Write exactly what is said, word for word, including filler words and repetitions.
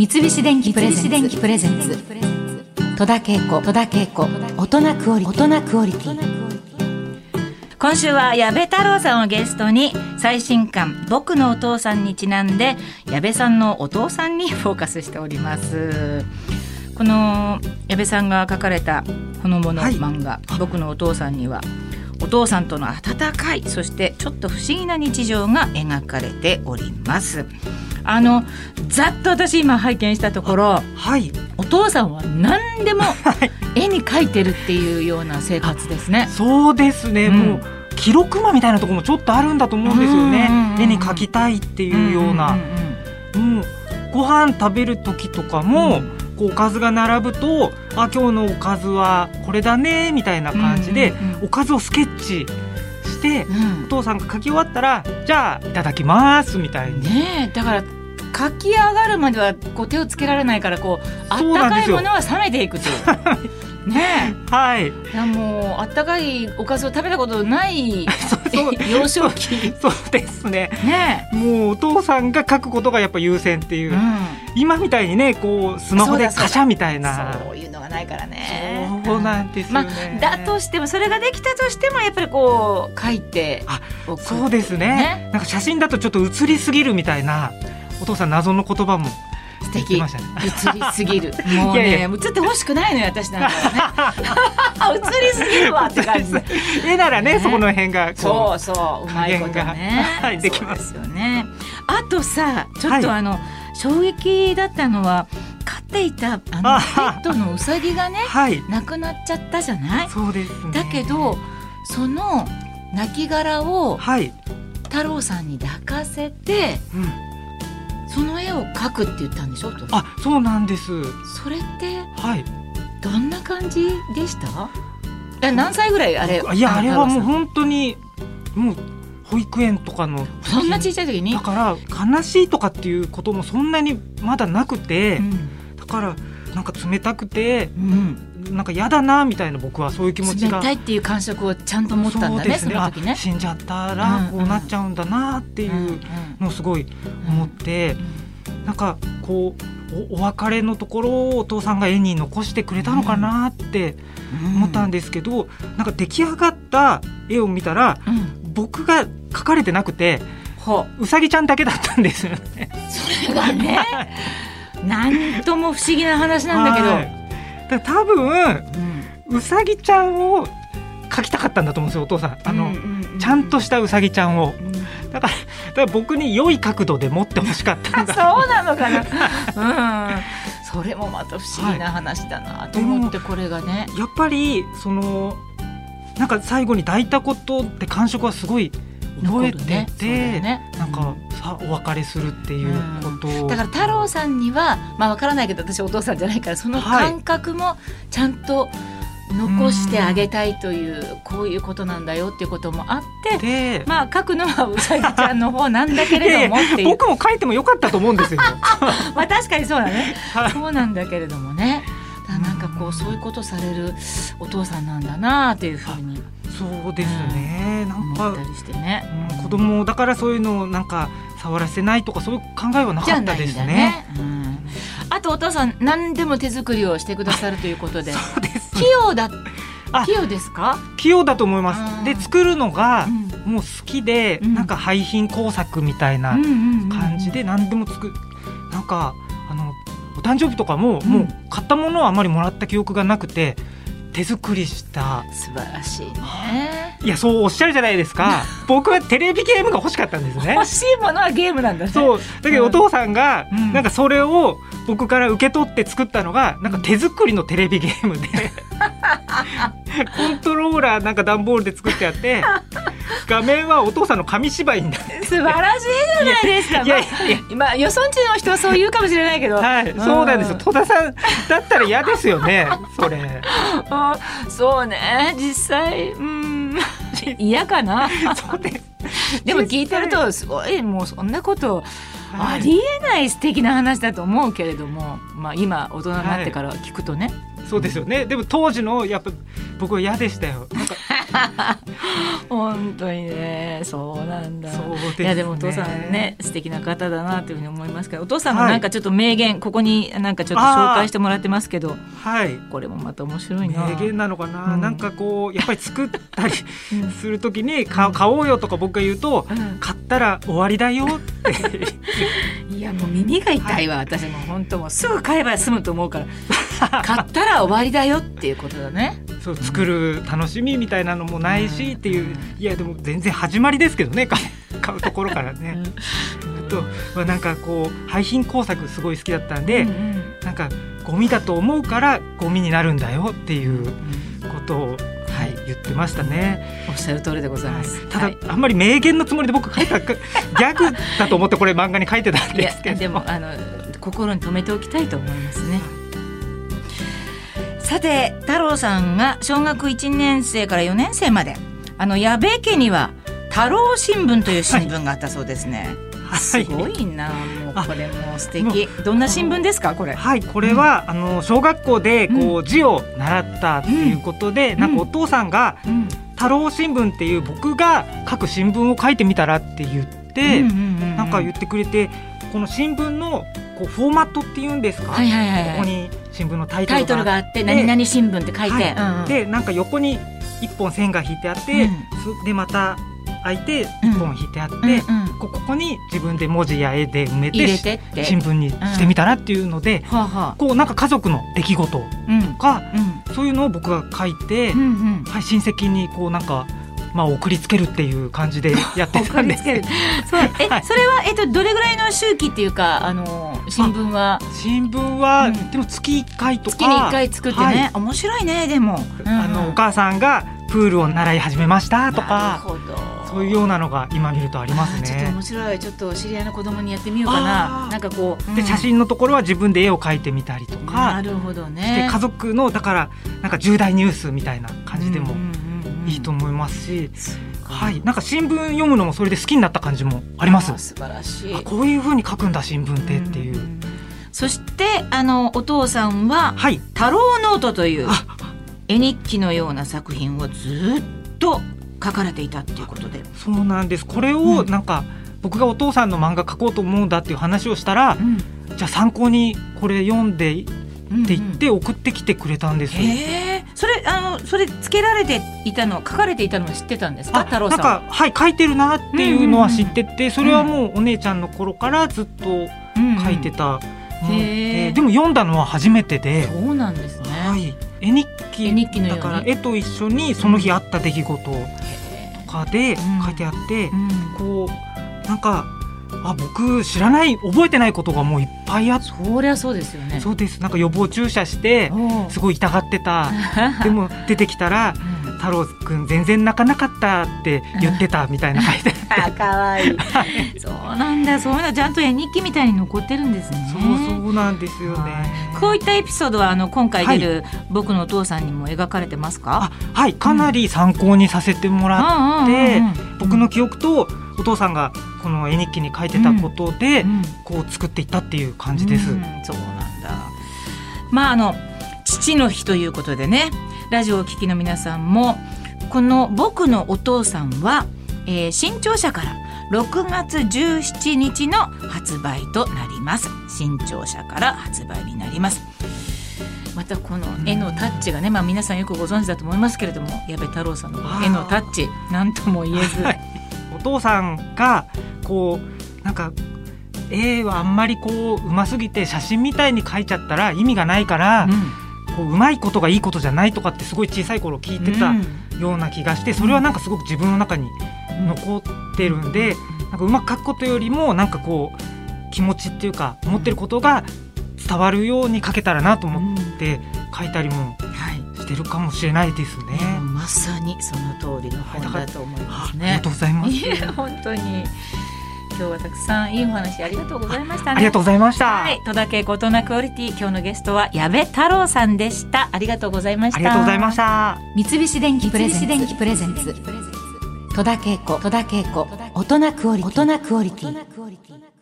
三菱電機プレゼンツ戸田恵子大人クオリティ。今週は矢部太郎さんをゲストに最新刊僕のお父さんにちなんで矢部さんのお父さんにフォーカスしております。この矢部さんが書かれたほのぼの漫画、はい、僕のお父さんにはお父さんとの温かいそしてちょっと不思議な日常が描かれております。あのざっと私今拝見したところ、はい、お父さんは何でも絵に描いてるっていうような生活ですね。 そうですね、うん、もう記録間みたいなところもちょっとあるんだと思うんですよね、うんうんうん、絵に描きたいっていうような、うんうんうん、もうご飯食べる時とかも、うんおかずが並ぶとあ今日のおかずはこれだねみたいな感じで、うんうんうん、おかずをスケッチして、うん、お父さんが書き終わったらじゃあいただきますみたいに、 ね、だから書き上がるまではこう手をつけられないからこうあったかいものは冷めていくというねえ、はい、いやもうあったかいおかずを食べたことない幼少期そうですね。ねえもうお父さんが書くことがやっぱ優先っていう、うん、今みたいにねこうスマホでカシャみたいなそういうのがないからね。 そうなんですよね、 まあ、だとしてもそれができたとしてもやっぱりこう書いておく。そうです ね, ねなんか写真だとちょっと写りすぎるみたいなお父さん謎の言葉も素敵、ね、映りすぎるもうねいやいや映ってほしくないのよ私なんかね映りすぎるわって感じで絵なら ね, ねそこの辺がそうそううまいことね、 はい、できますよね。あとさちょっとあの、はい、衝撃だったのは飼っていたあのペットのウサギがね、はい、亡くなっちゃったじゃない。 そうですね。 だけどその亡骸を太郎さんに抱かせて、うんその絵を描くって言ったんでしょ。 あ、そうなんです。 それって、はい、どんな感じでした？え何歳ぐらいあれ？ いやあれはもう本当にもう保育園とかのそんな小さい時にだから悲しいとかっていうこともそんなにまだなくて、うん、だからなんか冷たくて、うん、なんか嫌だなみたいな僕はそういう気持ちが冷たいっていう感触をちゃんと持ったんだ ね, そ, ねその時ね。 死んじゃったらこうなっちゃうんだなっていうのをすごい思って、うんうん、なんかこう お, お別れのところをお父さんが絵に残してくれたのかなって思ったんですけど、うん、なんか出来上がった絵を見たら、うん、僕が描かれてなくてうさぎちゃんだけだったんですよね。 それがねなんとも不思議な話なんだけど、はい、 だ多分、うん、うさぎちゃんを描きたかったんだと思うんですよお父さん。あの、うんうんうん、ちゃんとしたうさぎちゃんを、うん、だから、だから僕に良い角度で持ってほしかったんだそうなのかな、うん、それもまた不思議な話だなと思って、はい、これがねやっぱりそのなんか最後に抱いたことって感触はすごい覚えてて、ねね、なんかさお別れするっていうこと、うん、 だから太郎さんにはまあわからないけど私お父さんじゃないからその感覚もちゃんと残してあげたいという、うん、こういうことなんだよっていうこともあってまあ書くのはうさぎちゃんの方なんだけれどもっていういやいや僕も書いてもよかったと思うんですよまあ確かにそうだね、はい、そうなんだけれどもねだなんかこうそういうことされるお父さんなんだなというふうにそうですね、うん、なんか思ったりしてね、 うん、子供だからそういうのをなんか触らせないとかそういう考えはなかったですね。 ね、うん、あとお父さん何でも手作りをしてくださるということでそうです器用だ器用ですか？ 器用だと思います。で作るのがもう好きで、うん、なんか廃品工作みたいな感じで何でも作る、なんかあのお誕生日とかも、うん、もう買ったものはあまりもらった記憶がなくて手作りした素晴らしいね。 いやそうおっしゃるじゃないですか僕はテレビゲームが欲しかったんですね欲しいものはゲームなんだね。 そうだけどお父さんが、うん、なんかそれを僕から受け取って作ったのがなんか手作りのテレビゲームでコントローラーなんか段ボールで作ってあって画面はお父さんの紙芝居になって素晴らしいじゃないですか。いやいやいや、まあ、よそんちの人はそう言うかもしれないけど、 はい、そうなんですよ。戸田さんだったら嫌ですよねそれあそうね実際うん嫌かなそうですでも聞いてるとすごいもうそんなことありえない素敵な話だと思うけれども、まあ、今大人になってから聞くとね、 はい、そうですよね。でも当時のやっぱ僕は嫌でしたよ。なんか本当にね、そうなんだ。 そうですね。 いやでもお父さんね素敵な方だなというふうに思いますけど、お父さんのなんかちょっと名言、はい、ここになんかちょっと紹介してもらってますけど、 はい、 これもまた面白いな。 名言なのかな、うん、なんかこうやっぱり作ったりするときに、うん、買おうよとか僕が言うと、うん、買ったら終わりだよっていやもう耳が痛いわ、はい、私も本当もうすぐ買えば済むと思うから買ったら終わりだよっていうことだね。 そう、作る楽しみみたいなのもないしっていう、いやでも全然始まりですけどね、買うところからね。あと、まあ、なんかこう廃品工作すごい好きだったんで、うんうん、なんかゴミだと思うからゴミになるんだよっていうことを、はい、言ってましたね。 おっしゃる通りでございます、 はい、ただ、はい、あんまり名言のつもりで僕書いたギャグだと思ってこれ漫画に書いてたんですけど、 いやでもあの心に留めておきたいと思いますね。さて太郎さんが小学いちねん生からよねん生まであの矢部家には太郎新聞という新聞があったそうですね、はい、すごいな、もうこれも素敵。どんな新聞ですかこれ。 はい、これは、うん、あの小学校でこう、うん、字を習ったっていうことで、うん、なんかお父さんが、うん、太郎新聞っていう僕が書く新聞を書いてみたらって言って、うんうんうんうん、なんか言ってくれて、この新聞のこうフォーマットっていうんですか、 はいはいはいはい、 ここに新聞のタイトルがあって、 タイトルがあって何々新聞って書いて、はいうんうん、でなんか横にいっぽん線が引いてあって、うん、でまた開いていっぽん引いてあって、うんうんうん、こ, ここに自分で文字や絵で埋め て, 入れてって新聞にしてみたらっていうので、うんはあはあ、こうなんか家族の出来事とか、うんうん、そういうのを僕が書いて、うんうんはい、親戚にこうなんかまあ、送りつけるっていう感じでやってたんですけどそうえ、はい、それは、えっと、どれぐらいの周期っていうかあの新聞は新聞は、うん、でも月いっかいとか月にいっかい作ってね、はい、面白いね。でも、 うん、あのお母さんがプールを習い始めましたとか、 なるほど、 そういうようなのが今見るとありますね。 ちょっと面白い。ちょっと知り合いの子供にやってみようかな。なんかこう、うん、 で写真のところは自分で絵を描いてみたりとか、 なるほどね。 で家族のだからなんか重大ニュースみたいな感じでもいいと思いますし、うんうんうんはい、なんか新聞読むのもそれで好きになった感じもあります。 素晴らしい。 こういう風に書くんだ新聞ってっていう、うん、 そしてあのお父さんは、はい、太郎ノートという絵日記のような作品をずっと書かれていたっていうことで。 そうなんです。これをなんか、うん、僕がお父さんの漫画書こうと思うんだっていう話をしたら、うん、じゃあ参考にこれ読んでって言って送ってきてくれたんですよ、うんうん、 へー、それあのそれつけられていたの書かれていたのは知ってたんですか、太郎さんは。 なんか、はい、書いてるなっていうのは知ってて、それはもうお姉ちゃんの頃からずっと書いてたもので、うんうん、でも読んだのは初めてで。 そうなんですね、 はい、絵日記、絵日記のようにだから絵と一緒にその日あった出来事とかで書いてあって、うんうん、こうなんかあ僕知らない覚えてないことがもういっぱいあって。 そりゃそうですよね。 そうです。なんか予防注射してすごい痛がってたでも出てきたら、うん、太郎くん全然泣かなかったって言ってたみたいな書いてあってかわいいそうなんだ。そういうのちゃんと絵日記みたいに残ってるんですね。 そうそうなんですよね。 こういったエピソードはあの今回出る、はい、僕のお父さんにも描かれてますか。 あ、はい、かなり参考にさせてもらって、うん、僕の記憶とお父さんがこの絵日記に書いてたことで、うん、こう作っていったっていう感じです、うん、 そうなんだ。まああの父の日ということでね、ラジオをお聞きの皆さんもこの僕のお父さんは、えー、新潮社からろくがつじゅうしちにちの発売となります。新潮社から発売になります。またこの絵のタッチがね、まあ、皆さんよくご存知だと思いますけれども、矢部太郎さんの絵のタッチなんとも言えず、 お父さんがこうなんか絵はあんまりこう上手すぎて写真みたいに描いちゃったら意味がないから、うん、こう上手いことがいいことじゃないとかってすごい小さい頃聞いてたような気がして、それはなんかすごく自分の中に残ってるんで、なんかうまく描くことよりもなんかこう気持ちっていうか思ってることが伝わるように描けたらなと思って描いたりもしてるかもしれないですね、 はい、まさにその通りの本だと思いますね。 ありがとうございます。 いや本当に今日はたくさんいいお話ありがとうございましたね。 ありがとうございました、 はい、戸田恵子大人クオリティ、今日のゲストは矢部太郎さんでした。ありがとうございました。 ありがとうございました。 三菱電機プレゼンツ戸田恵子大人クオリティ。